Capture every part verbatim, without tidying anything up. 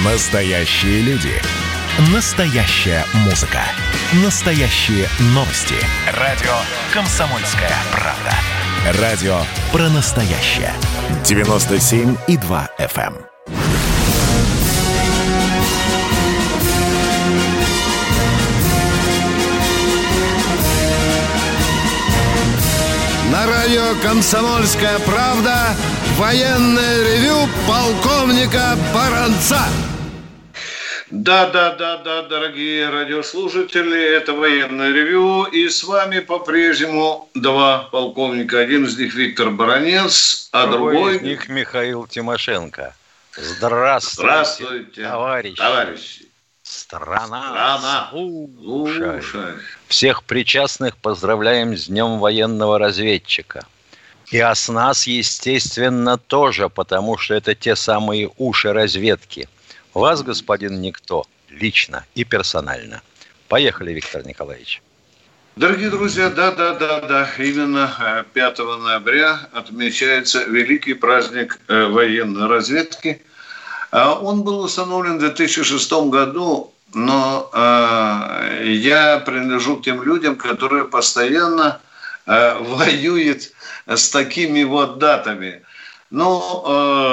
Настоящие люди. Настоящая музыка. Настоящие новости. Радио «Комсомольская правда». Радио про настоящее. девяносто семь и два эф эм. На радио «Комсомольская правда» военное ревю полковника Баранца. Да, да, да, да, дорогие радиослушатели, это военное ревю, и с вами по-прежнему два полковника. Один из них Виктор Баранец, а другой, другой из них Михаил Тимошенко. Здравствуйте, Здравствуйте товарищи. товарищи. Страна, Страна. Слушай. Слушай. Всех причастных поздравляем с Днем военного разведчика. И а с нас, естественно, тоже, потому что это те самые уши разведки. Вас, господин Никто, лично и персонально. Поехали, Виктор Николаевич. Дорогие друзья, да, да, да, да, именно пятого ноября отмечается великий праздник военной разведки. Он был установлен в две тысячи шестом году, но я принадлежу к тем людям, которые постоянно воюют с такими вот датами. Ну,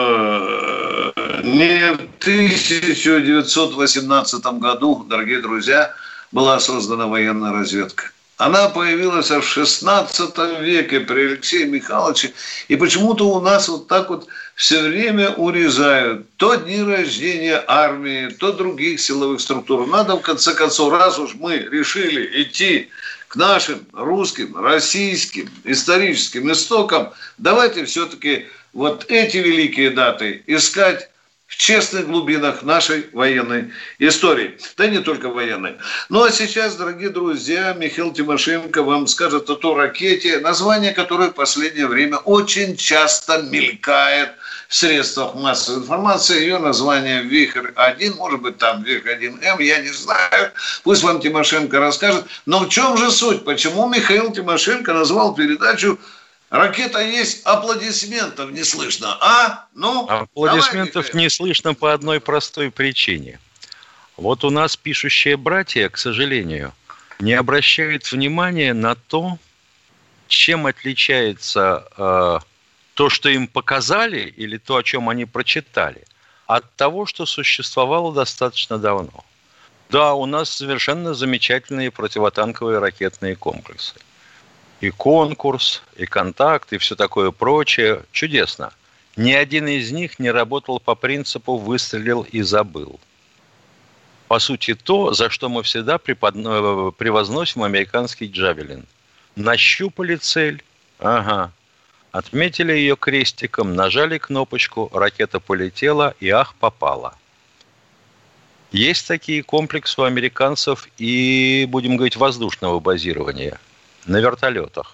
э, не в тысяча девятьсот восемнадцатом году, дорогие друзья, была создана военная разведка. Она появилась в шестнадцатом веке при Алексее Михайловиче. И почему-то у нас вот так вот все время урезают то дни рождения армии, то других силовых структур. Надо, в конце концов, раз уж мы решили идти к нашим русским, российским, историческим истокам, давайте все-таки вот эти великие даты искать в честных глубинах нашей военной истории. Да не только военной. Ну а сейчас, дорогие друзья, Михаил Тимошенко вам скажет о той ракете, название которой в последнее время очень часто мелькает в средствах массовой информации. Ее название «Вихрь один», может быть, там «Вихрь один эм», я не знаю. Пусть вам Тимошенко расскажет. Но в чем же суть? Почему Михаил Тимошенко назвал передачу «Ракета есть, аплодисментов не слышно», а? Ну, аплодисментов давай, не слышно по одной простой причине. Вот у нас пишущие братья, к сожалению, не обращают внимания на то, чем отличается э, то, что им показали, или то, о чем они прочитали, от того, что существовало достаточно давно. Да, у нас совершенно замечательные противотанковые ракетные комплексы. И конкурс, и контакт, и все такое прочее. Чудесно. Ни один из них не работал по принципу «выстрелил и забыл». По сути, то, за что мы всегда преподно... превозносим американский «Джавелин». Нащупали цель, ага, отметили ее крестиком, нажали кнопочку, ракета полетела и ах, попала. Есть такие комплексы у американцев и, будем говорить, воздушного базирования. На вертолетах.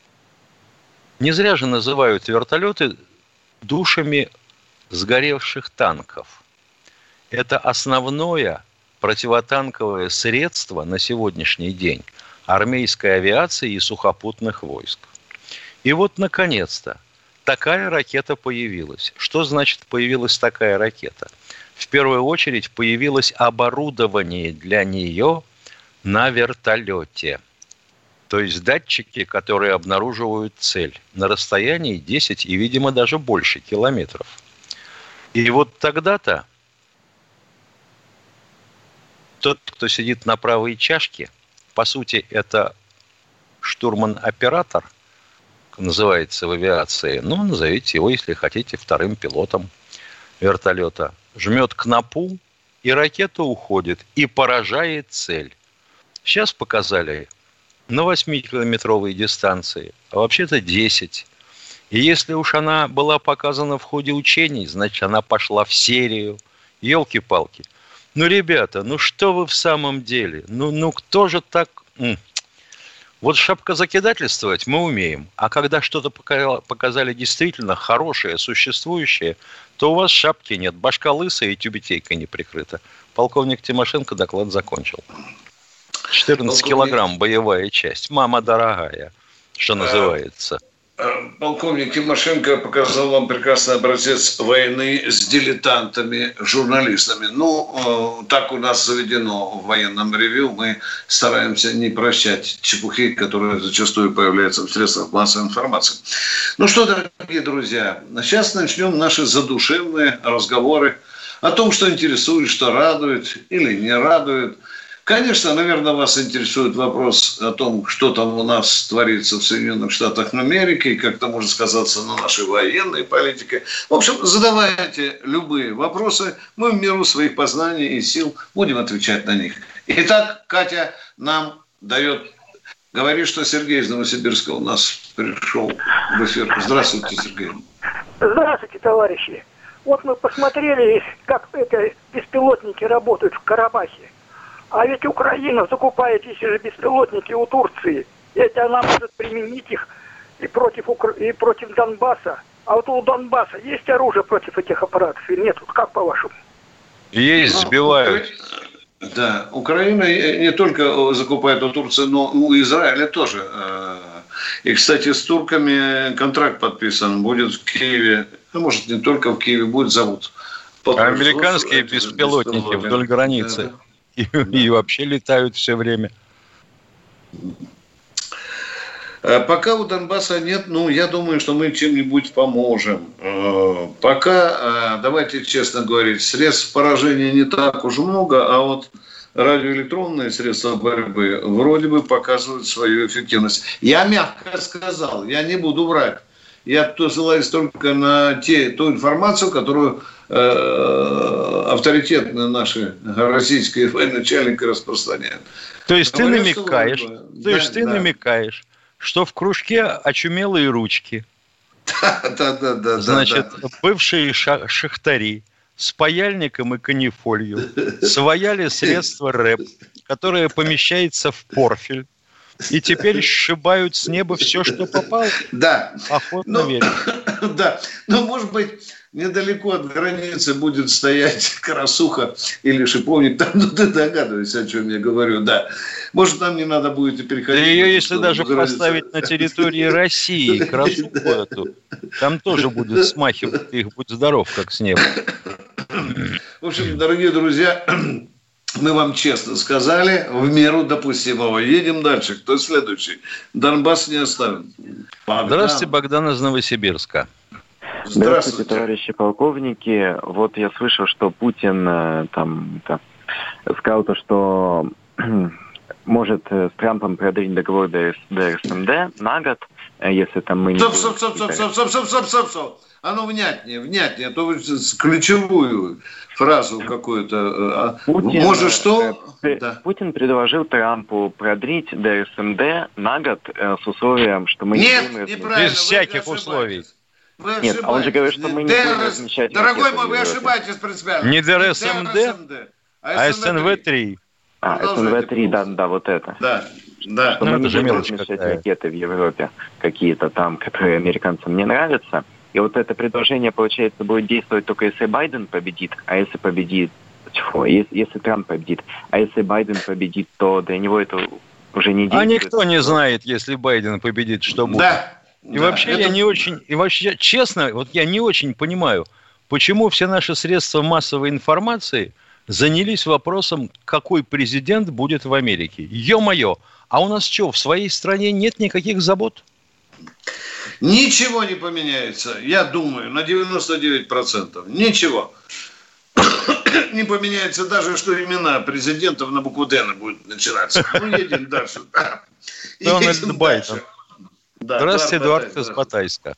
Не зря же называют вертолеты душами сгоревших танков. Это основное противотанковое средство на сегодняшний день армейской авиации и сухопутных войск. И вот, наконец-то, такая ракета появилась. Что значит появилась такая ракета? В первую очередь появилось оборудование для нее на вертолете. То есть датчики, которые обнаруживают цель на расстоянии десять и, видимо, даже больше километров. И вот тогда-то тот, кто сидит на правой чашке, по сути, это штурман-оператор, называется в авиации, ну, назовите его, если хотите, вторым пилотом вертолета, жмет кнопку, и ракета уходит и поражает цель. Сейчас показали на восьмикилометровой дистанции, а вообще-то десять. И если уж она была показана в ходе учений, значит, она пошла в серию. Ёлки-палки. Ну, ребята, ну что вы в самом деле? Ну, ну кто же так... Вот шапкозакидательствовать мы умеем, а когда что-то показали действительно хорошее, существующее, то у вас шапки нет, башка лысая и тюбетейка не прикрыта. Полковник Тимошенко доклад закончил. четырнадцать килограмм боевая часть. Мама дорогая, что называется. Полковник Тимошенко показал вам прекрасный образец войны с дилетантами, журналистами. Ну, так у нас заведено в военном ревью. Мы стараемся не прощать чепухи, которые зачастую появляются в средствах массовой информации. Ну что, дорогие друзья, сейчас начнем наши задушевные разговоры о том, что интересует, что радует или не радует. Конечно, наверное, вас интересует вопрос о том, что там у нас творится в Соединенных Штатах Америки и как это может сказаться на нашей военной политике. В общем, задавайте любые вопросы. Мы в меру своих познаний и сил будем отвечать на них. Итак, Катя нам дает... Говорит, что Сергей из Новосибирска у нас пришел в эфир. Здравствуйте, Сергей. Здравствуйте, товарищи. Вот мы посмотрели, как это беспилотники работают в Карабахе. А ведь Украина закупает эти же беспилотники у Турции. Ведь она может применить их и против, Укра... и против Донбасса. А вот у Донбасса есть оружие против этих аппаратов или нет? Вот как по-вашему? Есть, сбивают. Да, Украина не только закупает у Турции, но у Израиля тоже. И, кстати, с турками контракт подписан. Будет в Киеве, а может не только в Киеве, будет завод. Американские беспилотники вдоль границы. Да. И, и вообще летают все время. Пока у Донбасса нет, ну, я думаю, что мы чем-нибудь поможем. Пока, давайте честно говорить, средств поражения не так уж много, а вот радиоэлектронные средства борьбы вроде бы показывают свою эффективность. Я мягко сказал, я не буду врать. Я ссылаюсь только на те, ту информацию, которую э, авторитетные наши российские военачальники распространяют. То есть ты намекаешь, что, то да, есть ты да. намекаешь, что в кружке очумелые ручки. Да, да, да, да. Значит, да. бывшие шахтари с паяльником и канифолью сваяли средства рэп, которое помещается в порфель. И теперь сшибают с неба все, что попало? Да. Охотно ну, верю. Да. Ну, может быть, недалеко от границы будет стоять красуха или шиповник. Там, ну, ты догадываешься, о чем я говорю, да. Может, нам не надо будет и переходить. Да ее, если даже границу поставить на территории России, красуху эту, там тоже будет смахивать. Их будь здоров, как с неба. В общем, дорогие друзья... Мы вам честно сказали, в меру допустимого. Едем дальше. Кто следующий? Донбасс не оставим. Богдан. Здравствуйте, Богдан из Новосибирска. Здравствуйте. Здравствуйте, товарищи полковники. Вот я слышал, что Путин там это, сказал то, что может с Трампом продлить договор до эс эм дэ на год, если там мы не... Стоп, стоп, стоп, стоп, стоп, стоп, стоп, стоп, стоп, стоп. А ну внятнее, внятнее, а то вы ключевую фразу какую-то. Путин, Может, что? Э, да. Путин предложил Трампу продлить до эс эм дэ на год э, с условием, что мы Нет, не будем... неправильно, без всяких условий. Вы Нет, а он же говорит, что мы не будем размещать... Дорогой мой, вы ошибаетесь принципиально. Не до эс эм дэ, а эс эн вэ три. А, эс эн вэ три, да, да, вот это. Да, да. Что ну, мы это не будем размещать ракеты в Европе какие-то там, которые американцам не нравятся. И вот это предложение, получается, будет действовать только если Байден победит, а если победит, чего, если, если Трамп победит, а если Байден победит, то для него это уже не действует. А никто не знает, если Байден победит, что будет. Да. И да, вообще это... я не очень, и вообще, честно, вот я не очень понимаю, почему все наши средства массовой информации занялись вопросом, какой президент будет в Америке. Ё-моё, а у нас что, в своей стране нет никаких забот? Ничего не поменяется, я думаю, на девяносто девять процентов. Ничего. Не поменяется даже, что имена президентов на букву «Д» будут начинаться. Мы едем дальше. Дональд Байден. Здравствуйте, Эдуард из Батайска.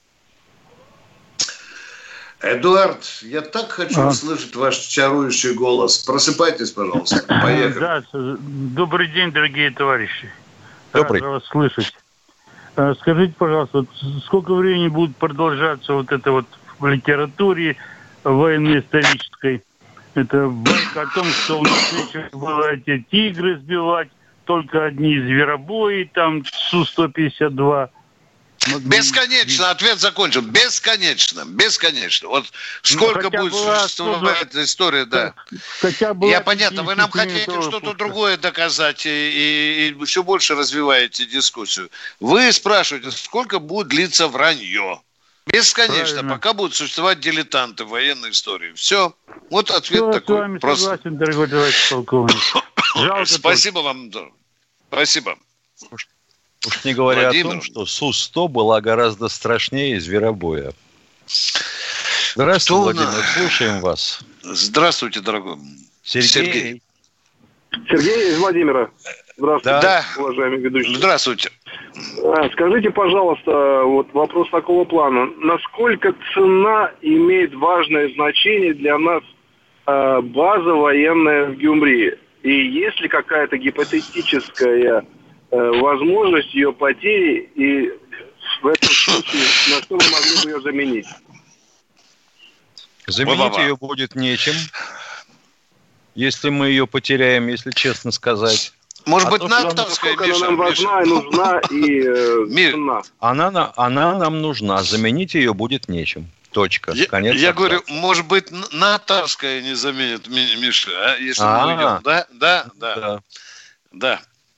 Эдуард, я так хочу а. услышать ваш чарующий голос. Просыпайтесь, пожалуйста. Поехали. Да, добрый день, дорогие товарищи. Добрый. Рад вас слышать. Скажите, пожалуйста, вот сколько времени будет продолжаться вот это вот в литературе военно-исторической? Это байка о том, что у нас нечего было эти тигры сбивать, только одни зверобои, там Су сто пятьдесят два. Бесконечно. Ответ закончен. Бесконечно. Бесконечно. Вот сколько ну, будет существовать эта история, да. Хотя бы Я понятно. Вы нам хотите что-то пуска. другое доказать и, и, и все больше развиваете дискуссию. Вы спрашиваете, сколько будет длиться вранье. Бесконечно, Правильно. пока будут существовать дилетанты в военной истории. Все. Вот ответ Все, такой. С вами Просто... согласен, дорогой товарищ полковник. Жалко Спасибо только. вам. Спасибо. Уж не говоря Владимир. о том, что Су сто была гораздо страшнее зверобоя. Здравствуйте, Владимир, на... слушаем вас. Здравствуйте, дорогой. Сергей. Сергей, Сергей из Владимира. Здравствуйте, да. уважаемый ведущий. Здравствуйте. Скажите, пожалуйста, вот вопрос такого плана. Насколько цена имеет важное значение для нас э, база военная в Гюмри? И есть ли какая-то гипотетическая э, возможность ее потери? И в этом случае на что мы могли бы ее заменить? Заменить Ба-ба-ба. ее будет нечем, если мы ее потеряем, если честно сказать. Может а быть, то, натовская, Миша, она нам важна и нужна, и э, цена. Она, она нам нужна, заменить ее будет нечем. Точка. Я, Конец я абзаца. говорю, может быть, натовская не заменит Миша, а? Если А-а-а. мы уйдем. Да, да, да. Да. да.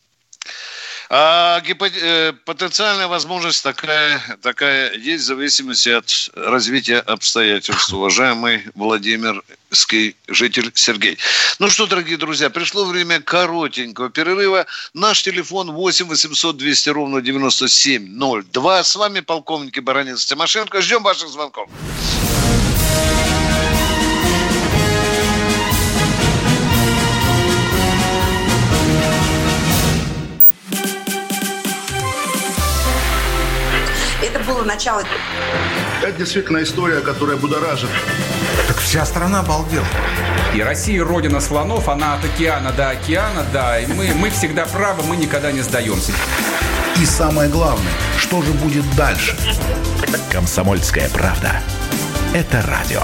А гипот... потенциальная возможность такая, такая есть в зависимости от развития обстоятельств, уважаемый владимирский житель Сергей. Ну что, дорогие друзья, пришло время коротенького перерыва. Наш телефон восемь восемьсот двести ровно девяносто семь ноль два. С вами полковник Баранец Тимошенко. Ждем ваших звонков. Это было начало. Это действительно история, которая будоражит. Так вся страна обалдела. И Россия родина слонов, она от океана до океана, да. И мы, мы всегда правы, мы никогда не сдаемся. И самое главное, что же будет дальше? «Комсомольская правда». Это радио.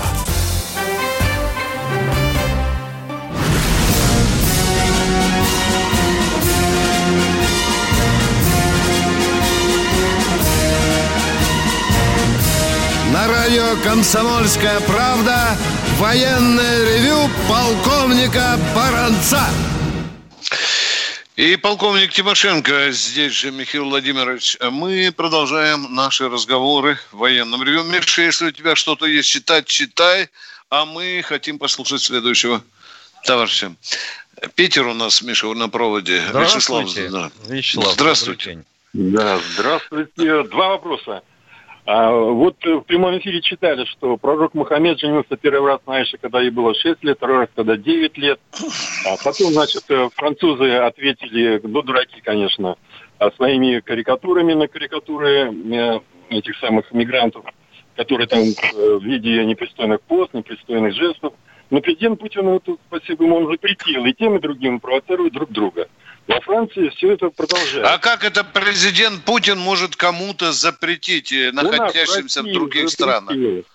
На радио «Комсомольская правда» военное ревю полковника Баранца. И полковник Тимошенко, здесь же Михаил Владимирович. Мы продолжаем наши разговоры в военном ревю. Миша, если у тебя что-то есть читать, читай. А мы хотим послушать следующего товарища. Питер у нас, Миша, на проводе. Вячеслав. Да. Вячеслав, здравствуйте. Да, здравствуйте. Два вопроса. А, вот в прямом эфире читали, что пророк Мухаммед женился первый раз на Аише, когда ей было шесть лет, второй раз, когда девять лет. А потом, значит, французы ответили, ну, дураки, конечно, своими карикатурами на карикатуры этих самых мигрантов, которые там в виде непристойных поз, непристойных жестов. Но президент Путин, вот, спасибо ему, он запретил и тем, и другим провоцируют друг друга. Во Франции все это продолжается. А как это президент Путин может кому-то запретить, находящимся в других странах?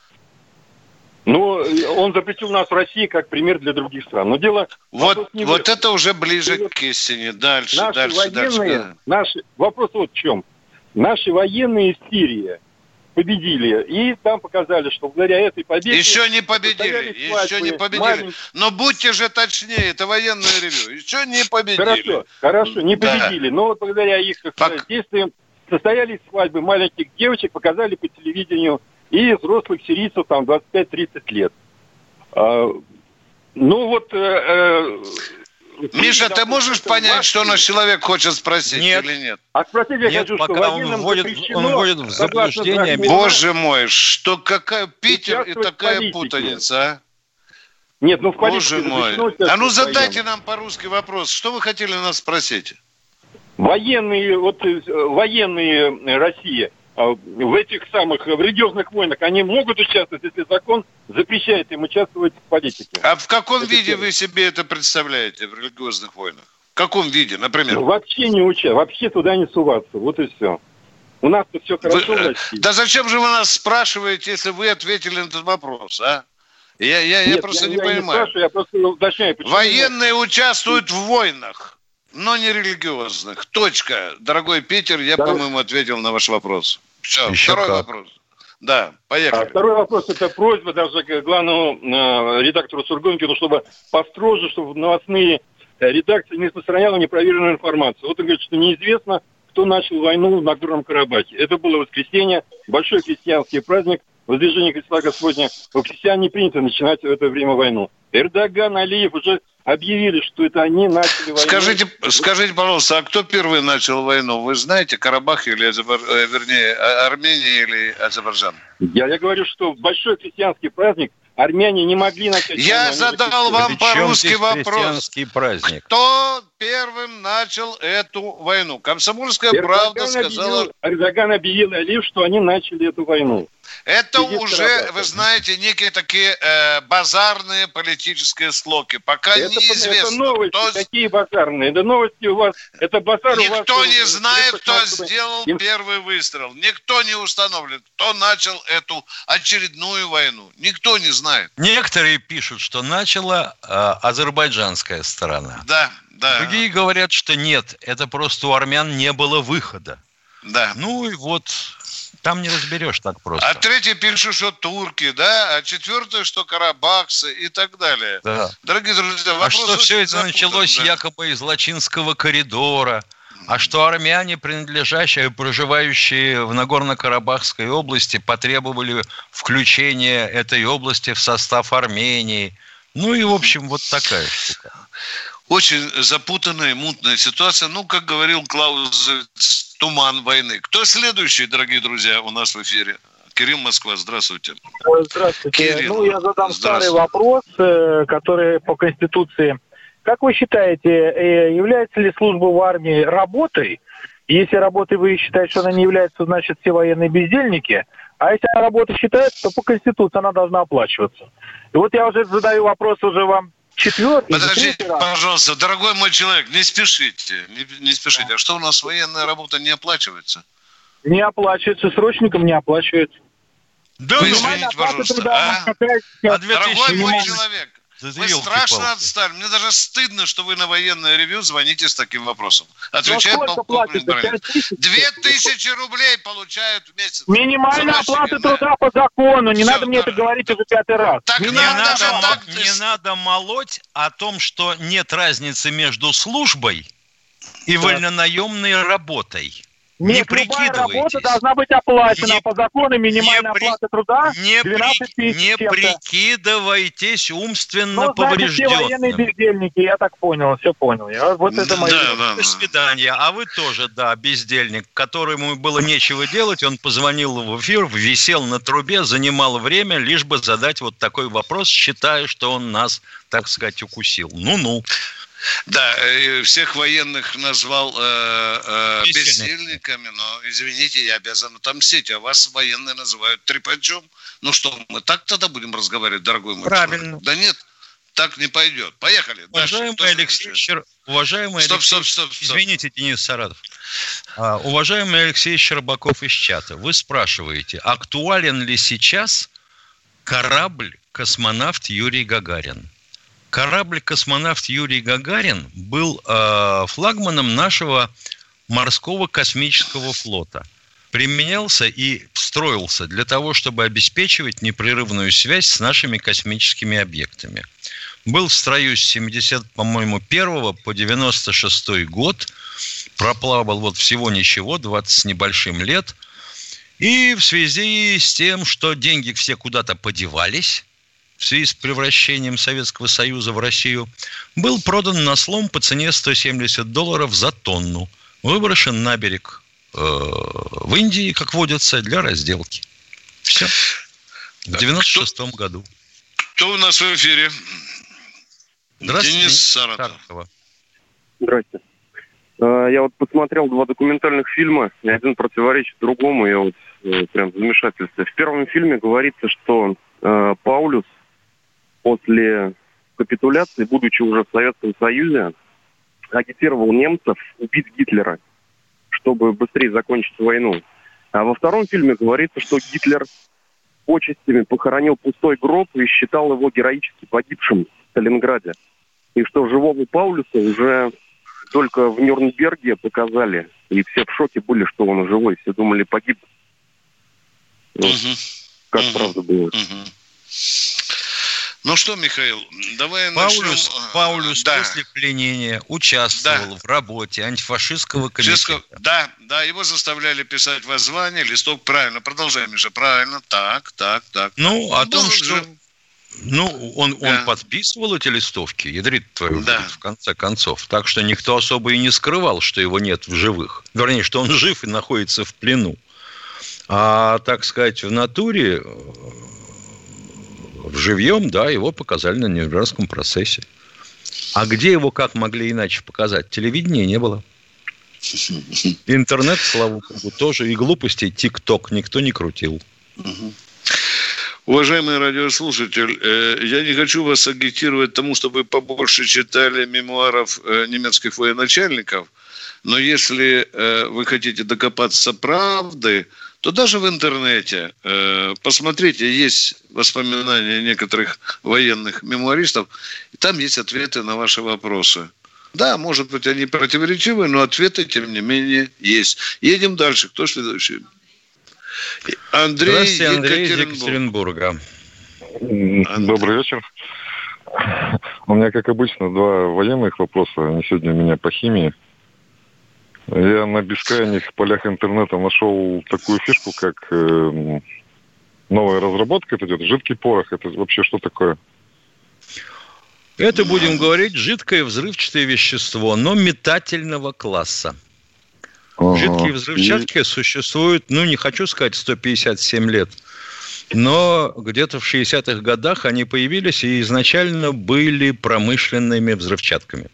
Ну, он запретил нас в России как пример для других стран. Но дело... Вот, вот это уже ближе к истине. Дальше, наши дальше, военные, дальше. Наши, вопрос вот в чем. Наши военные из Сирии победили. И там показали, что благодаря этой победе... Еще не победили, еще не победили. Маленькие... Но будьте же точнее, это военное ревью. Еще не победили. Хорошо, хорошо, не победили. Да. Но вот благодаря их Пок... действиям состоялись свадьбы маленьких девочек, показали по телевидению, и взрослых сирийцев там двадцать пять тридцать лет. А, ну вот... Э, э, Миша, ты можешь понять, власти... что наш человек хочет спросить нет. или нет? А спросить я нет, хочу, пока что он вводит, он вводит в заблуждение. Боже мой, что какая Питер и такая путаница, а? Нет, ну в политике... Боже мой. А ну задайте нам по-русски вопрос. Что вы хотели нас спросить? Военные, вот военные России в этих самых в религиозных войнах, они могут участвовать, если закон запрещает им участвовать в политике. А в каком это виде все. Вы себе это представляете в религиозных войнах? В каком виде, например? Ну, вообще не участвовать, вообще туда не суваться, вот и все. У нас-то все хорошо вы, в России. Да зачем же вы нас спрашиваете, если вы ответили на этот вопрос, а? Я, я, Нет, я просто я, не я понимаю. Не спрашиваю, я просто уточняю, почему... Военные участвуют в войнах, но не религиозных. Точка. Дорогой Питер, я, да. по-моему, ответил на ваш вопрос. Все, Еще второй как. вопрос. Да, поехали. А второй вопрос, это просьба даже к главному э, редактору Сургонкину, чтобы построже, чтобы новостные э, редакции не распространяла непроверенную информацию. Вот он говорит, что неизвестно, кто начал войну в Нагорном Карабахе. Это было воскресенье, большой христианский праздник, воздвижение Христа Господня. У христиан не принято начинать в это время войну. Эрдоган, Алиев уже объявили, что это они начали войну. Скажите, скажите, пожалуйста, а кто первый начал войну? Вы знаете, Карабах или, Азербайджан, вернее, Армения или Азербайджан? Я, я говорю, что большой христианский праздник армяне не могли начать. Я задал вам по-русски вопрос. Праздник? Кто первым начал эту войну? Комсомольская Эрдоган правда сказала... Объявил, Эрдоган объявил Алиев, что они начали эту войну. Это уже, вы знаете, некие такие э, базарные политические слоги. Пока это, неизвестно. Это новости, кто... какие базарные? Это новости у вас, это базар Никто у вас. Никто не знает, кто чтобы... сделал Им... первый выстрел. Никто не установлен, кто начал эту очередную войну. Никто не знает. Некоторые пишут, что начала э, азербайджанская сторона. Да, да. Другие говорят, что нет, это просто у армян не было выхода. Да. Ну и вот... Там не разберешь так просто. А третий пишут, что турки, да, а четвертый, что карабахцы и так далее. Да. Дорогие друзья, вопрос... А что все это запутан, началось да. якобы из Лачинского коридора, а что армяне, принадлежащие, проживающие в Нагорно-Карабахской области, потребовали включения этой области в состав Армении. Ну и, в общем, вот такая штука. Очень запутанная, мутная ситуация. Ну, как говорил Клаузевиц, туман войны. Кто следующий, дорогие друзья, у нас в эфире? Кирилл, Москва, здравствуйте. Здравствуйте. Кирилл. Ну, я задам старый вопрос, который по Конституции. Как вы считаете, является ли служба в армии работой? Если работой вы считаете, что она не является, значит, все военные бездельники. А если она работой считается, то по Конституции она должна оплачиваться. И вот я уже задаю вопрос уже вам четвертый. Подождите, пожалуйста, дорогой мой человек, не спешите, не, не спешите. А что у нас военная работа не оплачивается? Не оплачивается, срочникам не оплачивается. Да, вы извините, пожалуйста. А? А дорогой мой человек, вы страшно отстали. Мне даже стыдно, что вы на военное ревью звоните с таким вопросом. Отвечает полковник Бронин. Две тысячи рублей получают в месяц. Минимальная оплата труда по закону. Не Все, надо мне да. это говорить уже пятый раз. Так не, надо, надо, так... не надо молоть о том, что нет разницы между службой и да. вольнонаемной работой. Нет, не любая работа должна быть оплачена не, по закону, минимальная не оплата труда не двенадцать тысяч. Не прикидывайтесь умственно ну, поврежденным. Все военные бездельники, я так понял, все понял. Я, вот это мои... да, да, До свидания. А вы тоже, да, бездельник, которому было нечего делать, он позвонил в эфир, висел на трубе, занимал время, лишь бы задать вот такой вопрос, считая, что он нас, так сказать, укусил. Ну-ну. Да, всех военных назвал э, э, бездельниками, но, извините, я обязан отомстить, а вас военные называют трепачом. Ну что, мы так тогда будем разговаривать, дорогой мой Правильно. человек? Да нет, так не пойдет. Поехали. Уважаемый Алексей, Щер... Уважаемый стоп, Алексей... стоп, стоп, стоп. Извините, Денис Саратов. А, уважаемый Алексей Щербаков из чата, вы спрашиваете, актуален ли сейчас корабль-космонавт Юрий Гагарин? Корабль-космонавт Юрий Гагарин был э, флагманом нашего морского космического флота. Применялся и строился для того, чтобы обеспечивать непрерывную связь с нашими космическими объектами. Был в строю с семидесятого, по-моему, первого по девяносто шестой год. Проплавал вот всего ничего, двадцать с небольшим лет. И в связи с тем, что деньги все куда-то подевались, в связи с превращением Советского Союза в Россию, был продан на слом по цене сто семьдесят долларов за тонну. Выброшен на берег э, в Индии, как водится, для разделки. Все. В девяносто шестом кто, году. Кто у нас в эфире? Здравствуйте. Денис Саратов. Здравствуйте. Я вот посмотрел два документальных фильма, и один противоречит другому. Я вот прям в замешательстве. В первом фильме говорится, что э, Паулюс после капитуляции, будучи уже в Советском Союзе, агитировал немцев убить Гитлера, чтобы быстрее закончить войну. А во втором фильме говорится, что Гитлер почестями похоронил пустой гроб и считал его героически погибшим в Сталинграде. И что живого Паулюса уже только в Нюрнберге показали. И все в шоке были, что он живой. Все думали, погиб Вот. Угу. Как угу. правда было. Угу. Ну что, Михаил, давай Паулюс, начнем. Паулюс да. после пленения участвовал да. в работе антифашистского комитета. Да, да, его заставляли писать воззвание, листок. Правильно, продолжаем, Миша, правильно. Так, так, так. Ну, так. о том, что... Ну, он, да. он подписывал эти листовки, ядрит твою, да. в конце концов. Так что никто особо и не скрывал, что его нет в живых. Вернее, что он жив и находится в плену. А, так сказать, в натуре... В живьем, да, его показали на Нюрнбергском процессе. А где его как могли иначе показать? Телевидения не было. Интернет, слава богу, тоже. И глупостей тик-ток никто не крутил. Уважаемый радиослушатель, я не хочу вас агитировать тому, чтобы вы побольше читали мемуаров немецких военачальников, но если вы хотите докопаться правды, то даже в интернете э, посмотрите, есть воспоминания некоторых военных мемуаристов, и там есть ответы на ваши вопросы. Да, может быть, они противоречивы, но ответы, тем не менее, есть. Едем дальше. Кто следующий? Андрей, Здравствуйте, Андрей из Екатеринбурга. Добрый вечер. У меня, как обычно, два военных вопроса. Они сегодня у меня по химии. Я на бескрайних полях интернета нашел такую фишку, как э, новая разработка. Это идет жидкий порох. Это вообще что такое? Это, будем говорить, жидкое взрывчатое вещество, но метательного класса. Ага. Жидкие взрывчатки и... существуют, ну, не хочу сказать сто пятьдесят семь лет, но где-то в шестидесятых годах они появились и изначально были промышленными взрывчатками.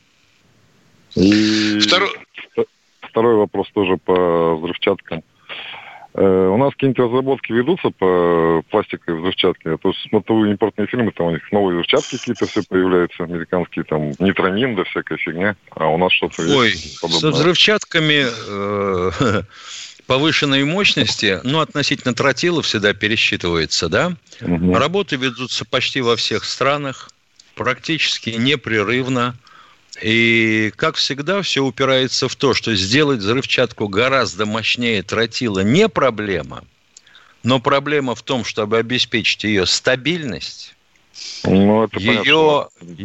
И... Второй... Второй вопрос тоже по взрывчаткам. Э, у нас какие-нибудь разработки ведутся по пластиковой взрывчатке? А то смотрю импортные фильмы, там у них новые взрывчатки какие-то все появляются, американские, там нитромин, да всякая фигня. А у нас что-то Ой, есть подобное. Со взрывчатками э, повышенной мощности, ну, относительно тротила всегда пересчитывается, да? Угу. Работы ведутся почти во всех странах, практически непрерывно. И, как всегда, все упирается в то, что сделать взрывчатку гораздо мощнее тротила не проблема, но проблема в том, чтобы обеспечить ее стабильность, ну, это ее,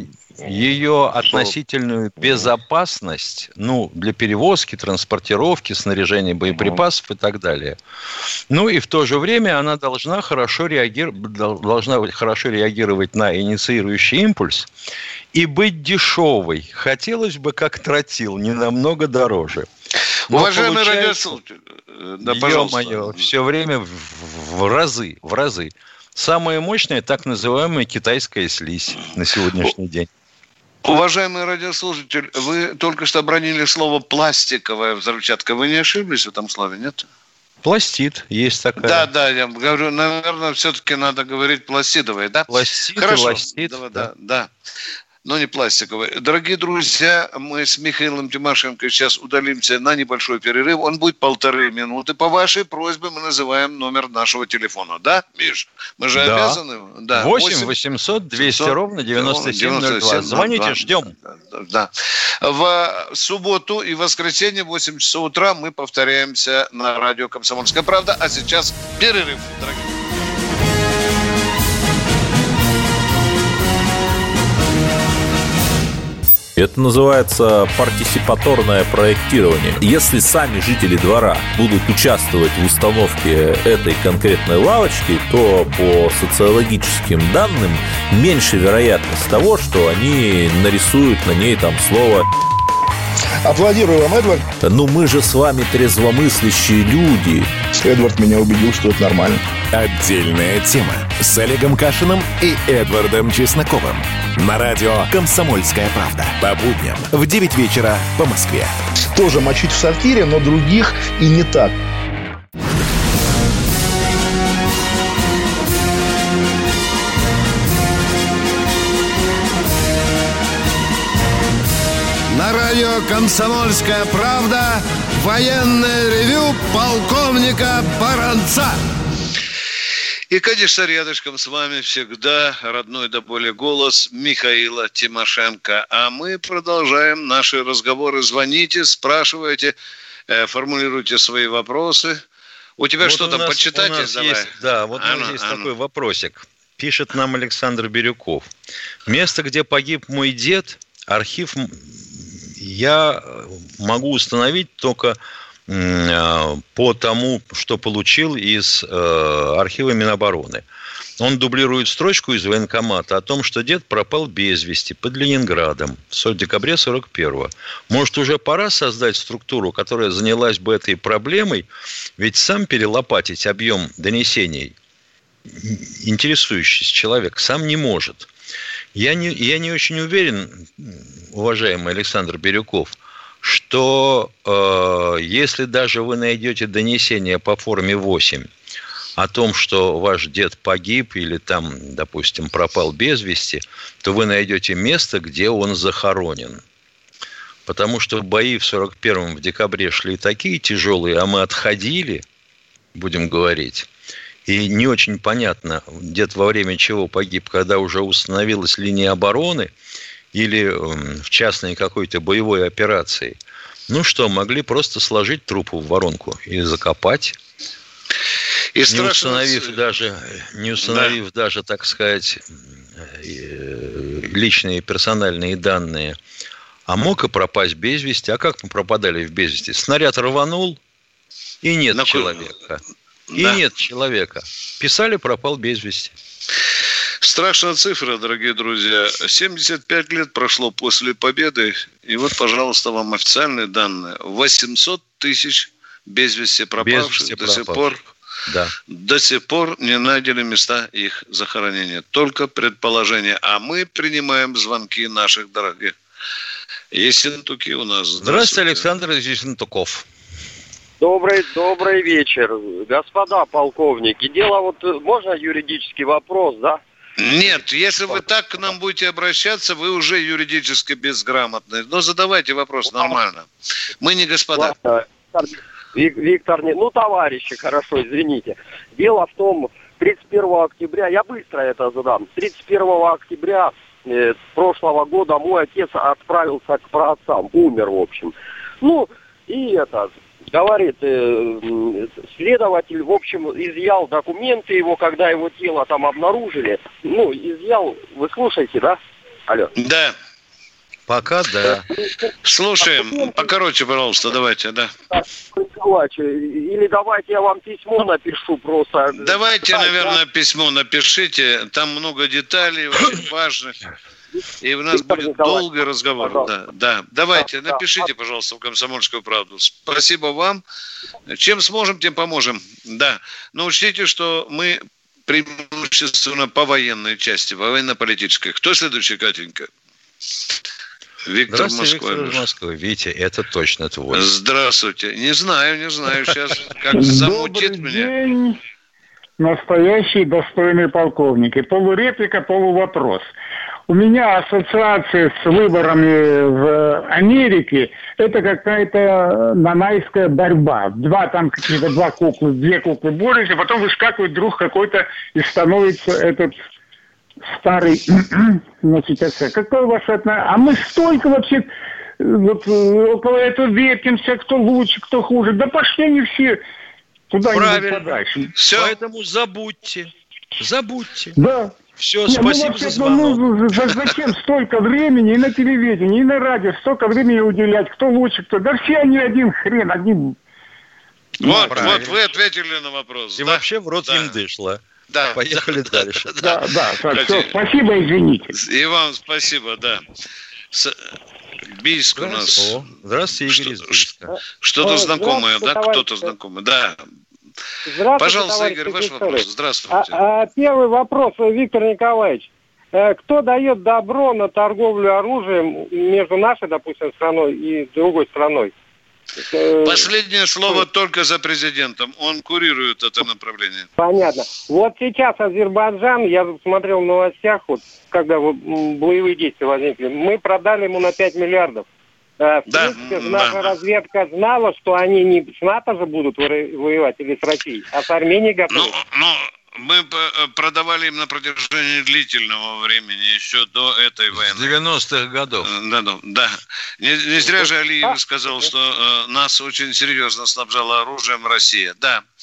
ее относительную безопасность, ну, для перевозки, транспортировки, снаряжения боеприпасов и так далее. Ну, и в то же время она должна хорошо реагировать, должна хорошо реагировать на инициирующий импульс и быть дешевой. Хотелось бы, как тротил, не намного дороже. Но уважаемый радиослушатель, да, пожалуйста. Ё-моё, все время в, в разы, в разы. Самая мощная, так называемая китайская слизь на сегодняшний день. Уважаемый радиослушатель, вы только что обронили слово «пластиковая взрывчатка». Вы не ошиблись в этом слове, нет? Пластид есть такая. Да, да, я говорю, наверное, все-таки надо говорить пластидовая, да? Пластид, хорошо. Пластид, да, да, да. Но не пластиковые. Дорогие друзья, мы с Михаилом Тимошенко сейчас удалимся на небольшой перерыв. Он будет полторы минуты. По вашей просьбе мы называем номер нашего телефона. Да, Миш? Мы же да. обязаны. Да. восемь восемьсот двести ровно девяносто семь ноль два. Звоните, ждем. Да. В субботу и воскресенье в восемь часов утра мы повторяемся на радио «Комсомольская правда». А сейчас перерыв, дорогие. Это называется партисипаторное проектирование. Если сами жители двора будут участвовать в установке этой конкретной лавочки, то по социологическим данным меньше вероятность того, что они нарисуют на ней там слово. Аплодирую вам, Эдвард. Ну мы же с вами трезвомыслящие люди. Эдвард меня убедил, что это нормально. Отдельная тема с Олегом Кашиным и Эдвардом Чесноковым. На радио «Комсомольская правда». По будням в девять вечера по Москве. Тоже мочить в сортире, но других и не так. На радио «Комсомольская правда» военное ревю полковника Баранца. И, конечно, рядышком с вами всегда родной до боли голос Михаила Тимошенко. А мы продолжаем наши разговоры. Звоните, спрашивайте, формулируйте свои вопросы. У тебя вот что у там, нас, почитать? У нас давай. есть, да, вот а у нас ну, есть а такой ну. вопросик. Пишет нам Александр Бирюков. Место, где погиб мой дед, архив я могу установить только по тому, что получил из архива Минобороны. Он дублирует строчку из военкомата о том, что дед пропал без вести под Ленинградом в декабре сорок первого. Может, уже пора создать структуру, которая занялась бы этой проблемой, ведь сам перелопатить объем донесений интересующийся человек сам не может. Я не, я не очень уверен, уважаемый Александр Бирюков, что э, если даже вы найдете донесение по форме восемь о том, что ваш дед погиб или там, допустим, пропал без вести, то вы найдете место, где он захоронен. Потому что бои в сорок первом в декабре шли такие тяжелые, а мы отходили, будем говорить. И не очень понятно, дед во время чего погиб, когда уже установилась линия обороны или в частной какой-то боевой операции. Ну что, могли просто сложить трупы в воронку и закопать, и не установив даже, не установив да. даже, так сказать, личные персональные данные. А мог и пропасть без вести. А как мы пропадали в без вести? Снаряд рванул, и нет На... человека. И да. нет человека. Писали, пропал без вести. Страшная цифра, дорогие друзья. семьдесят пять лет прошло после победы. И вот, пожалуйста, вам официальные данные. восемьсот тысяч без вести пропавших. Без вести до пропавших. сих пор да. До сих пор не найдены места их захоронения. Только предположения. А мы принимаем звонки наших дорогих. Ессентуки у нас. Здравствуйте, Здравствуйте Александр Ессентуков. Добрый, добрый вечер, господа полковники. Дело вот, можно юридический вопрос, да? Нет, если вы так к нам будете обращаться, вы уже юридически безграмотны. Но задавайте вопрос нормально. Мы не господа. Виктор, ну, товарищи, хорошо, извините. Дело в том, тридцать первого октября, я быстро это задам, тридцать первого октября э, прошлого года мой отец отправился к праотцам, умер, в общем. Ну, и это... Говорит, э, следователь, в общем, изъял документы его, когда его тело там обнаружили. Ну, изъял, вы слушаете, да? Алло. Да. Пока да. Слушаем. Покороче, пожалуйста, давайте, да. Или давайте я вам письмо напишу просто. Давайте, да, наверное, да. письмо напишите. Там много деталей очень важных. И у нас Виктор будет Николаевич, долгий разговор. Да, да. Давайте, да, напишите, да. пожалуйста, в «Комсомольскую правду». Спасибо вам. Чем сможем, тем поможем. Да. Но учтите, что мы преимущественно по военной части, военно-политической. Кто следующий, Катенька? Виктор Москва. Виктор Москва. Витя, это точно твой. Здравствуйте. Не знаю, не знаю. Сейчас как замутит меня. День. Настоящий достойный полковник. И полуреплика, полувопрос. У меня ассоциация с выборами в Америке, это какая-то нанайская борьба. Два там какие-то, два куклы, две куклы борются, а потом выскакивает друг какой-то и становится этот старый, значит, это, какое ваше отношение? А мы столько вообще вот, около этого вертимся, кто лучше, кто хуже. Да пошли они все куда-нибудь подальше. Все. Поэтому забудьте, забудьте. Да. Все, не, спасибо ну, за звонок. Ну, зачем столько времени и на телевидении, и на радио, столько времени уделять, кто лучше, кто... Да все они один хрен, один... Вот, ну, вот вы ответили на вопрос. И да? вообще в рот да. им дышло. Да. Поехали да, дальше. Да, да, да так, все, спасибо, извините. И вам спасибо, да. С... Бийск у нас. О, здравствуйте, Игорь из Бийска. Что-то знакомое, да? Кто-то знакомый, да. Пожалуйста, Игорь, ваш вопрос. Здравствуйте. А, а, первый вопрос, Виктор Николаевич. Кто дает добро на торговлю оружием между нашей, допустим, страной и другой страной? Последнее слово только за президентом. Он курирует это направление. Понятно. Вот сейчас Азербайджан, я смотрел в новостях, вот, когда боевые действия возникли, мы продали ему на пять миллиардов. В да, принципе, наша да. разведка знала, что они не с НАТО же будут воевать или с Россией, а с Арменией готовы. Ну, ну, мы продавали им на протяжении длительного времени, еще до этой войны. С девяностых годов. Да, да, да. Не, не зря же Алиев сказал, что э, нас очень серьезно снабжала оружием Россия. Да.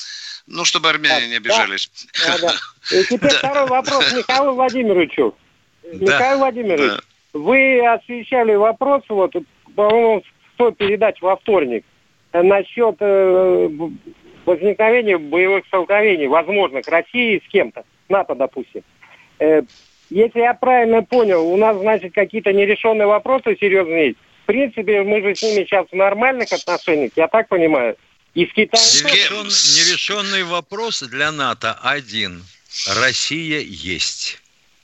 Ну, чтобы армяне не обижались. Да, да. И теперь второй вопрос Михаилу Владимировичу. Михаил Владимирович, вы освещали вопрос, вот, по-моему, в той передаче во вторник, насчет э, возникновения боевых столкновений, возможных России с кем-то, НАТО, допустим. Э, если я правильно понял, у нас, значит, какие-то нерешенные вопросы серьезные есть. В принципе, мы же с ними сейчас в нормальных отношениях, я так понимаю. И с Китаем... Нерешен, нерешенный вопрос для НАТО один. Россия есть.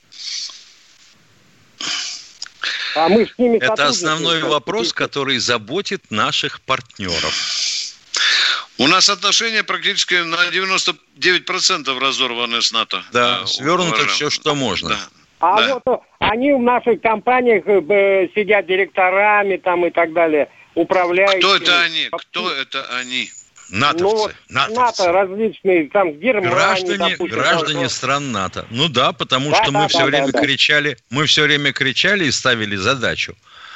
А мы с ними Это основной вопрос, который заботит наших партнеров. У нас отношения практически на девяносто девять процентов разорваны с НАТО. Да, свернуто уважаем. Все, что можно. Да. А да. вот они в наших компаниях э, сидят директорами там и так далее, управляющими. Кто это они? Кто это они? натовцы. Ну, вот натовцы. НАТО различные, там, Германия, граждане, допустим, граждане там, стран НАТО. Ну да, потому да, что да, мы да, все да, время да. кричали, мы все время кричали и ставили задачу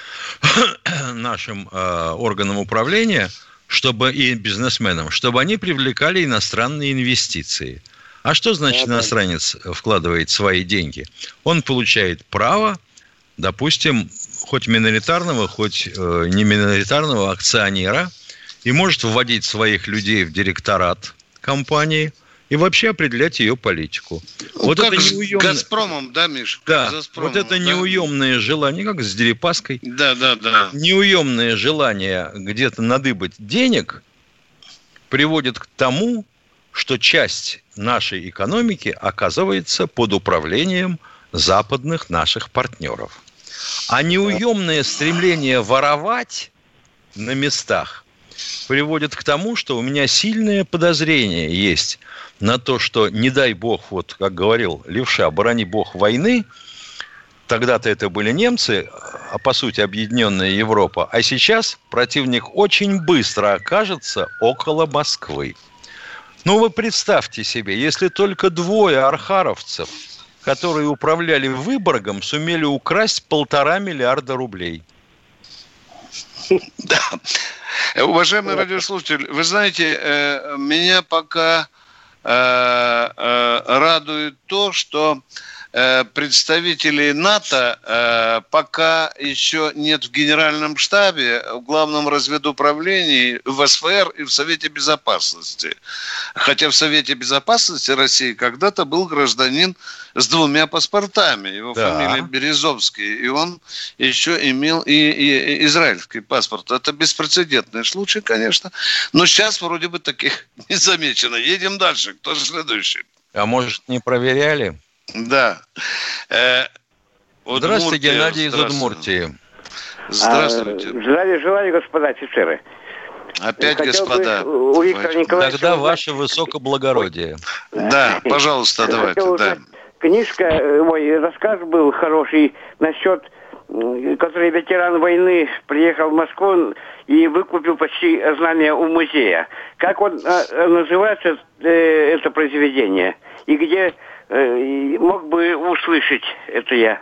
нашим э, органам управления, чтобы и бизнесменам, чтобы они привлекали иностранные инвестиции. А что значит да, иностранец да. вкладывает свои деньги? Он получает право, допустим, хоть миноритарного, хоть э, не миноритарного акционера, и может вводить своих людей в директорат компании и вообще определять ее политику. Ну, вот как это с неуемное... Газпромом, да, Миш? Да, Газпромом, вот это да? неуемное желание, как с Дерипаской. Да, да, да. Неуемное желание где-то надыбать денег приводит к тому, что часть нашей экономики оказывается под управлением западных наших партнеров. А неуемное стремление воровать на местах приводит к тому, что у меня сильное подозрение есть на то, что, не дай бог, вот как говорил Левша, оборони бог войны, тогда-то это были немцы, а по сути объединенная Европа, а сейчас противник очень быстро окажется около Москвы. Ну вы представьте себе, если только двое архаровцев, которые управляли Выборгом, сумели украсть полтора миллиарда рублей. Да. Уважаемый радиослушатель, вы знаете, меня пока радует то, что представителей НАТО пока еще нет в Генеральном штабе, в Главном разведуправлении, в СФР и в Совете Безопасности. Хотя в Совете Безопасности России когда-то был гражданин с двумя паспортами. Его да. фамилия Березовский. И он еще имел и, и израильский паспорт. Это беспрецедентный случай, конечно. Но сейчас вроде бы таких не замечено. Едем дальше. Кто же следующий? А может, не проверяли? Да. Э, здравствуйте, Геннадий из Удмуртии. Здравствуйте. А, здравия желаю, господа офицеры. Опять, Хотел господа. У Виктора Николаевича Тогда ваше высокоблагородие. Да, пожалуйста, давайте. Да. Книжка, мой рассказ был хороший насчет, который ветеран войны приехал в Москву и выкупил почти знания у музея. Как он а, называется, э, это произведение? И где э, мог бы услышать это я?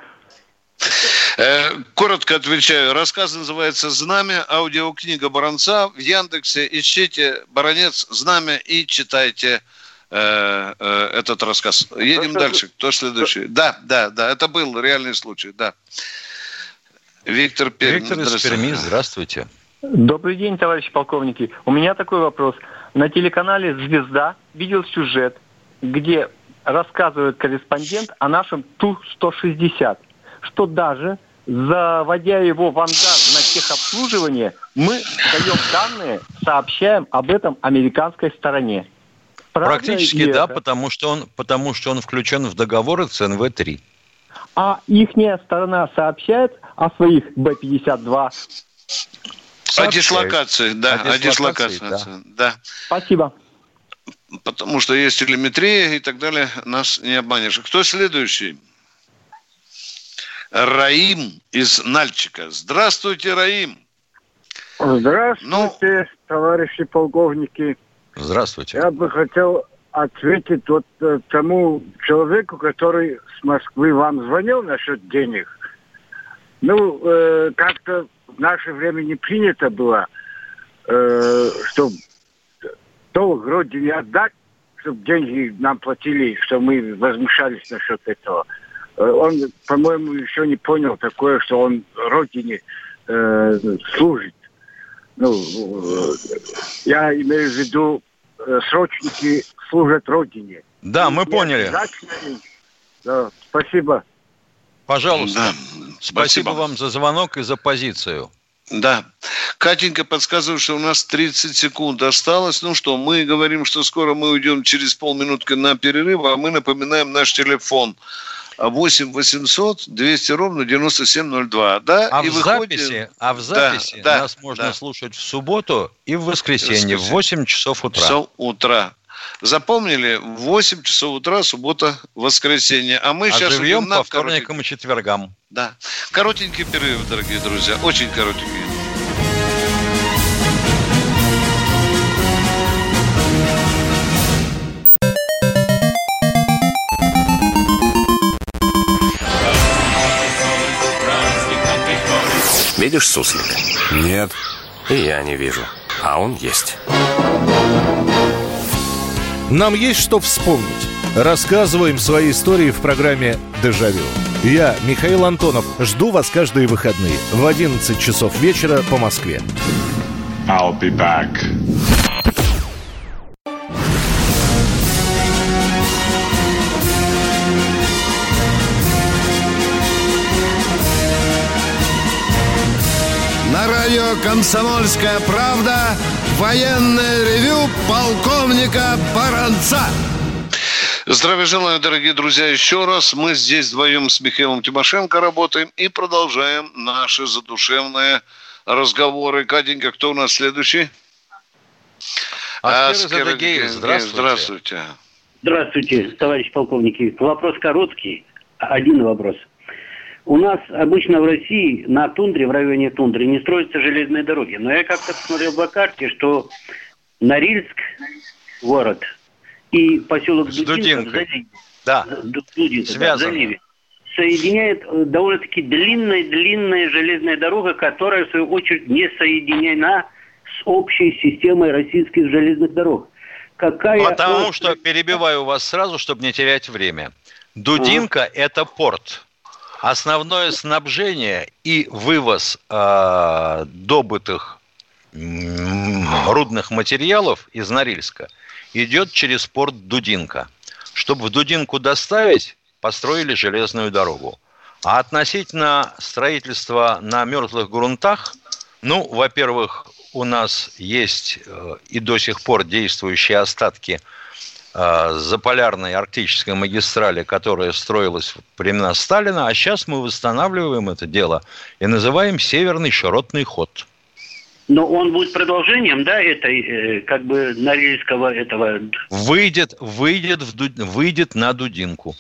Коротко отвечаю. Рассказ называется «Знамя», аудиокнига Баранца. В Яндексе ищите «Баранец», «Знамя» и читайте э, э, этот рассказ. Едем Просто... дальше. Кто следующий? Да, да, да. Это был реальный случай, да. Виктор Пермь. Виктор из Перми, здравствуйте. Добрый день, товарищи полковники. У меня такой вопрос. На телеканале «Звезда» видел сюжет, где рассказывает корреспондент о нашем Ту сто шестьдесят, что даже заводя его в ангар на техобслуживание, мы даем данные, сообщаем об этом американской стороне. Правда Практически да, это? потому что он, потому что он включен в договоры с эн вэ три. А ихняя сторона сообщает о своих Бэ пятьдесят два. О дислокации, да, о дислокации, да. да. Спасибо. Потому что есть телеметрия и так далее, нас не обманешь. Кто следующий? Раим из Нальчика. Здравствуйте, Раим. Здравствуйте, ну... товарищи полковники. Здравствуйте. Я бы хотел ответить вот тому человеку, который с Москвы вам звонил насчет денег. Ну, э, как-то в наше время не принято было, э, что долг вроде не отдать, чтобы деньги нам платили, что мы возмущались насчет этого. Он, по-моему, еще не понял такое, что он родине э, служит. Ну, э, я имею в виду, э, срочники служат родине. Да, мы поняли. Да, спасибо. Пожалуйста. Да, спасибо. спасибо вам за звонок и за позицию. Да. Катенька подсказывает, что у нас тридцать секунд осталось. Ну что, мы говорим, что скоро мы уйдем через полминутки на перерыв, а мы напоминаем наш телефон. восемь восемьсот двести ровно девяносто семь ноль два. Да? А, и в выходит... записи, а в записи да, нас да, можно да. слушать в субботу и в воскресенье в восемь часов утра. Часов утра. Запомнили? В восемь часов утра, суббота, воскресенье. А мы а сейчас живем на по вторникам и четвергам. Да. Коротенький перерыв, дорогие друзья. Очень коротенький. Видишь суслика? Нет. И я не вижу. А он есть. Нам есть что вспомнить. Рассказываем свои истории в программе «Дежавю». Я, Михаил Антонов, жду вас каждые выходные в одиннадцать часов вечера по Москве. I'll be back. На радио «Комсомольская правда» военное ревю полковника Баранца. Здравия желаю, дорогие друзья, еще раз. Мы здесь вдвоем с Михаилом Тимошенко работаем и продолжаем наши задушевные разговоры. Катенька, кто у нас следующий? Аскер Задагеев, здравствуйте. Здравствуйте. Здравствуйте, товарищ полковники. Вопрос короткий. Один вопрос. У нас обычно в России на тундре, в районе тундры, не строятся железные дороги. Но я как-то посмотрел по карте, что Норильск, город, и поселок Дудинка в заливе, да. Дудинка, да, в заливе соединяет довольно-таки длинная-длинная железная дорога, которая, в свою очередь, не соединена с общей системой российских железных дорог. Какая Потому от... что, перебиваю вас сразу, чтобы не терять время. Дудинка а? – это порт. Основное снабжение и вывоз э, добытых м- рудных материалов из Норильска идет через порт Дудинка. Чтобы в Дудинку доставить, построили железную дорогу. А относительно строительства на мертвых грунтах, ну, во-первых, у нас есть э, и до сих пор действующие остатки заполярной арктической магистрали, которая строилась в времена Сталина, а сейчас мы восстанавливаем это дело и называем Северный широтный ход. Но он будет продолжением, да, этой, как бы, Норильского этого... Выйдет, выйдет, в Ду... выйдет на Дудинку.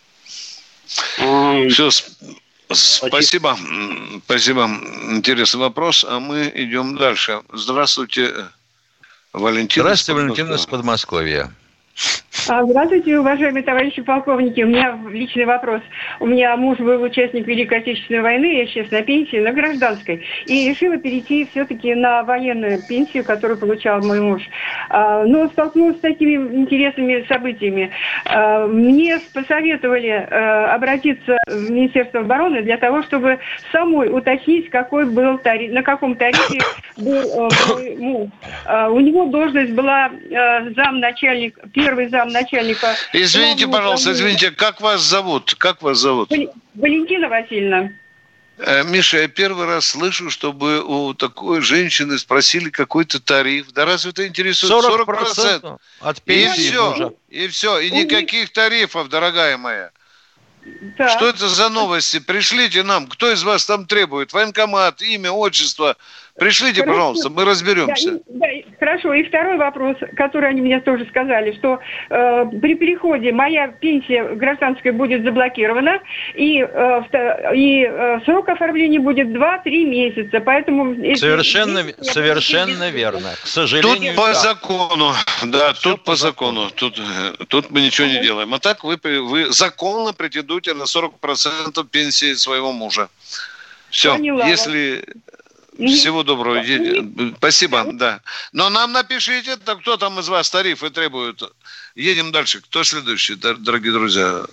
Все, спасибо. Спасибо. Интересный вопрос, а мы идем дальше. Здравствуйте, Валентина. Здравствуйте, Валентина из Подмосковья. Здравствуйте, уважаемые товарищи полковники. У меня личный вопрос. У меня муж был участник Великой Отечественной войны, я сейчас на пенсии, на гражданской, и решила перейти все-таки на военную пенсию, которую получал мой муж. Но столкнулась с такими интересными событиями. Мне посоветовали обратиться в Министерство обороны для того, чтобы самой уточнить, какой был тариф, на каком тарифе был мой муж. У него должность была замначальник, первый замначальника. Извините, пожалуйста, извините, как вас зовут? Как вас зовут? Валентина Васильевна. Миша, я первый раз слышу, чтобы у такой женщины спросили какой-то тариф. Да разве это интересует? сорок процентов от пенсии. И все, и все, и никаких тарифов, дорогая моя. Да. Что это за новости? Пришлите нам, кто из вас там требует? Военкомат, имя, отчество. Пришлите, хорошо, пожалуйста, мы разберемся. Да, да, хорошо, и второй вопрос, который они мне тоже сказали, что э, при переходе моя пенсия гражданская будет заблокирована, и, э, и э, срок оформления будет два-три месяца, поэтому... Совершенно, совершенно верно. К сожалению, тут по да. закону, да, Все тут по закону, закону. Тут, тут мы ничего не делаем. А так вы, вы законно претендуете на сорок процентов пенсии своего мужа. Все, Поняла. если... Всего доброго. Едем. Спасибо, да. Но нам напишите, это кто там из вас тарифы требует. Едем дальше. Кто следующий, дорогие друзья?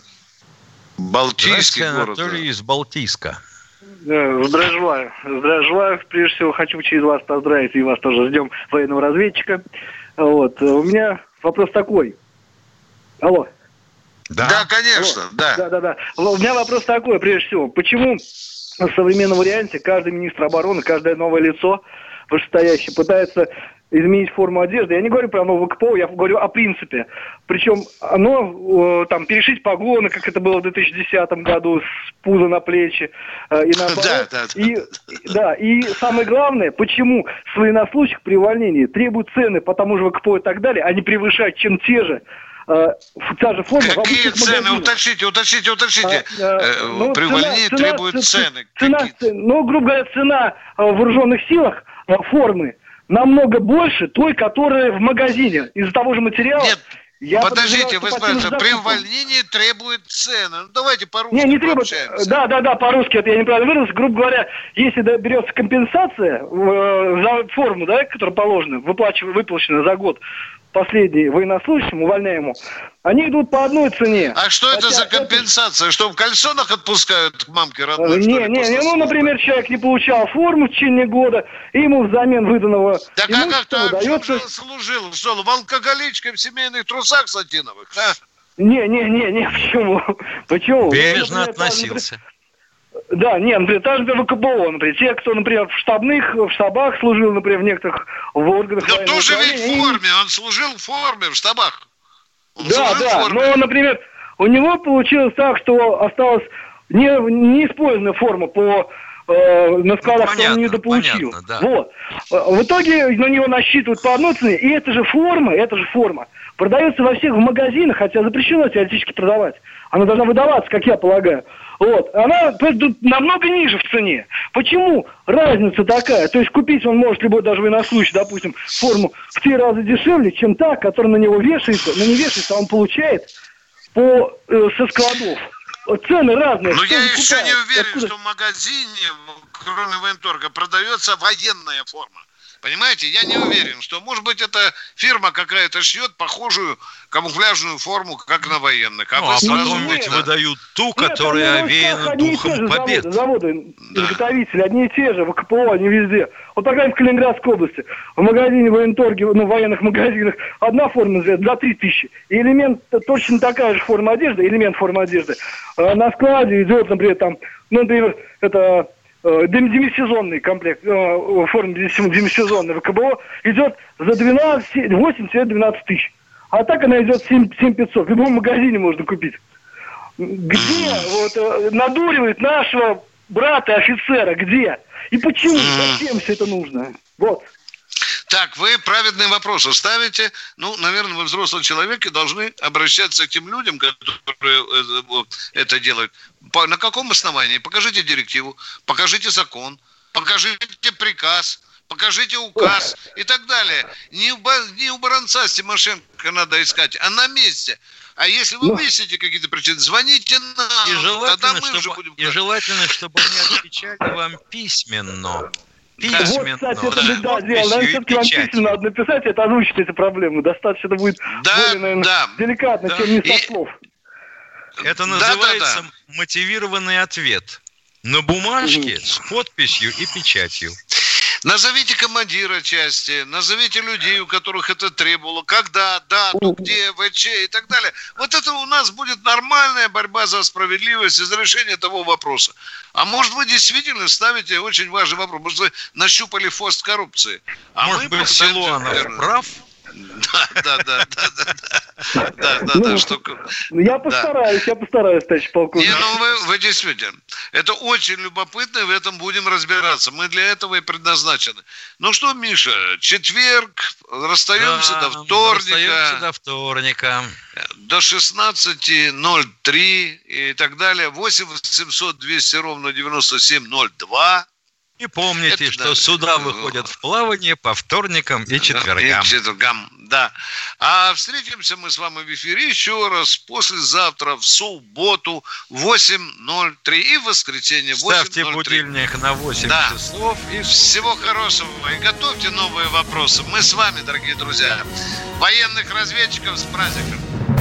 Балтийский город. Анатолий из Балтийска. Здравствуйте. Здравствуйте. Прежде всего хочу через вас поздравить, и вас тоже ждем, военного разведчика. Вот. У меня вопрос такой. Алло. Да, да, конечно, Алло. да. Да, да, да. У меня вопрос такой, прежде всего. Почему в современном варианте каждый министр обороны, каждое новое лицо вышестоящее пытается изменить форму одежды? Я не говорю про новое КПО, я говорю о принципе. Причем оно, там, перешить погоны, как это было в две тысячи десятом году, с пуза на плечи, и наоборот. Да, да, да. И, да, и самое главное, почему с военнослужащих при увольнении требуют цены по тому же ВКПО и так далее, а не превышать, чем те же. Та же форма. Какие цены? Магазинах. Уточните, уточните, уточните. А, а, ну, При увольнении требуют цены. Цена, ну, грубо говоря, цена в вооруженных силах формы намного больше той, которая в магазине. Из-за того же материала. Нет, я подождите, вы спрашиваете, при увольнении требуют цены. Ну, давайте по-русски не, не требует. Да, да, да, по-русски, это я неправильно выразился. Грубо говоря, если берется компенсация э, за форму, да, которая положена, выплачена за год, последний военнослужащим, увольняемому, они идут по одной цене. А что это за компенсация? Это... Что в кальсонах отпускают к мамке родной? Не, не, не, ну, например, человек не получал форму в течение года, и ему взамен выданного... Да как как-то выдается... служил? Что, в алкоголичке, в семейных трусах сатиновых, а? Не, не, не, не, почему? Почему? Бережно относился. Да, нет, например, та же ВКПО, например, те, кто, например, в штабных, в штабах служил, например, в некоторых в органах... Но тоже ведь в форме, он служил в форме, в штабах. Он да, да, но, например, у него получилось так, что осталась не, неиспользованная форма по... на складах, что он не дополучил. Понятно, да. Вот. В итоге на него насчитывают по одной цене, и эта же форма, эта же форма продается во всех магазинах, хотя запрещено теоретически продавать. Она должна выдаваться, как я полагаю. Вот. Она намного ниже в цене. Почему разница такая? То есть купить он может любой даже военнослужащий, допустим, форму в три раза дешевле, чем та, которая на него вешается, но не вешается, а он получает по, э, со складов. Цены разные. Но я еще покупает? не уверен, Откуда? что в магазине, кроме военторга, продается военная форма. Понимаете, я не уверен, что, может быть, эта фирма какая-то шьет похожую камуфляжную форму, как на военных. А, ну, а потом ведь да. выдают ту, нет, которая овеяна духом побед. Заводы, заводы да. изготовители, одни и те же, в КПО, они везде. Вот такая в Калининградской области. В магазине военторги, ну, в военных магазинах одна форма за три тысячи. И элемент, точно такая же форма одежды, элемент формы одежды. На складе идет, например, там, ну, например, это... демисезонный комплект, в форме демисезонной ВКБО идет за двенадцать, восемь-двенадцать тысяч. А так она идет семь пятьсот. В любом магазине можно купить. Где вот надуривает нашего брата-офицера? Где? И почему? Зачем все это нужно? Вот. Так, вы праведные вопросы ставите. Ну, наверное, вы взрослые человеки должны обращаться к тем людям, которые это делают. По, на каком основании? Покажите директиву, покажите закон, покажите приказ, покажите указ и так далее. Не у, не у баронца с Тимошенко надо искать, а на месте. А если вы выясните какие-то причины, звоните нам, и желательно, тогда мы уже будем... И желательно, чтобы они отвечали вам письменно. Письменно. Вот, кстати, это да, дело. Наверное, все-таки вам письменно надо написать, это озвучить эти проблемы. Достаточно это будет да, более, наверное, да. деликатно, да. чем не со слов. Это называется да, да, да. мотивированный ответ. На бумажке угу. с подписью и печатью. Назовите командира части, назовите людей, у которых это требовало, когда, дату, где, ВЧ и так далее. Вот это у нас будет нормальная борьба за справедливость и за решение того вопроса. А может, вы действительно ставите очень важный вопрос, может, вы нащупали хвост коррупции. А может быть, Силуанов прав? Да, да, да, да, да, да, да, да, да, что... Я постараюсь, я постараюсь, товарищ полковник. Не, ну вы, вы действительно, это очень любопытно, и в этом будем разбираться. Мы для этого и предназначены. Ну что, Миша, четверг, расстаемся да, до вторника. Расстаемся до вторника. До шестнадцати ноль три и так далее. восемь восемьсот двести ровно девяносто семь ноль два. И помните, это, что да, суда выходят в плавание по вторникам и четвергам. И четвергам. Да. А встретимся мы с вами в эфире еще раз послезавтра в субботу в восемь ноль три и в воскресенье в восемь ноль три. Ставьте будильник на восемь да. часов. И всего хорошего. И готовьте новые вопросы. Мы с вами, дорогие друзья. Военных разведчиков с праздником.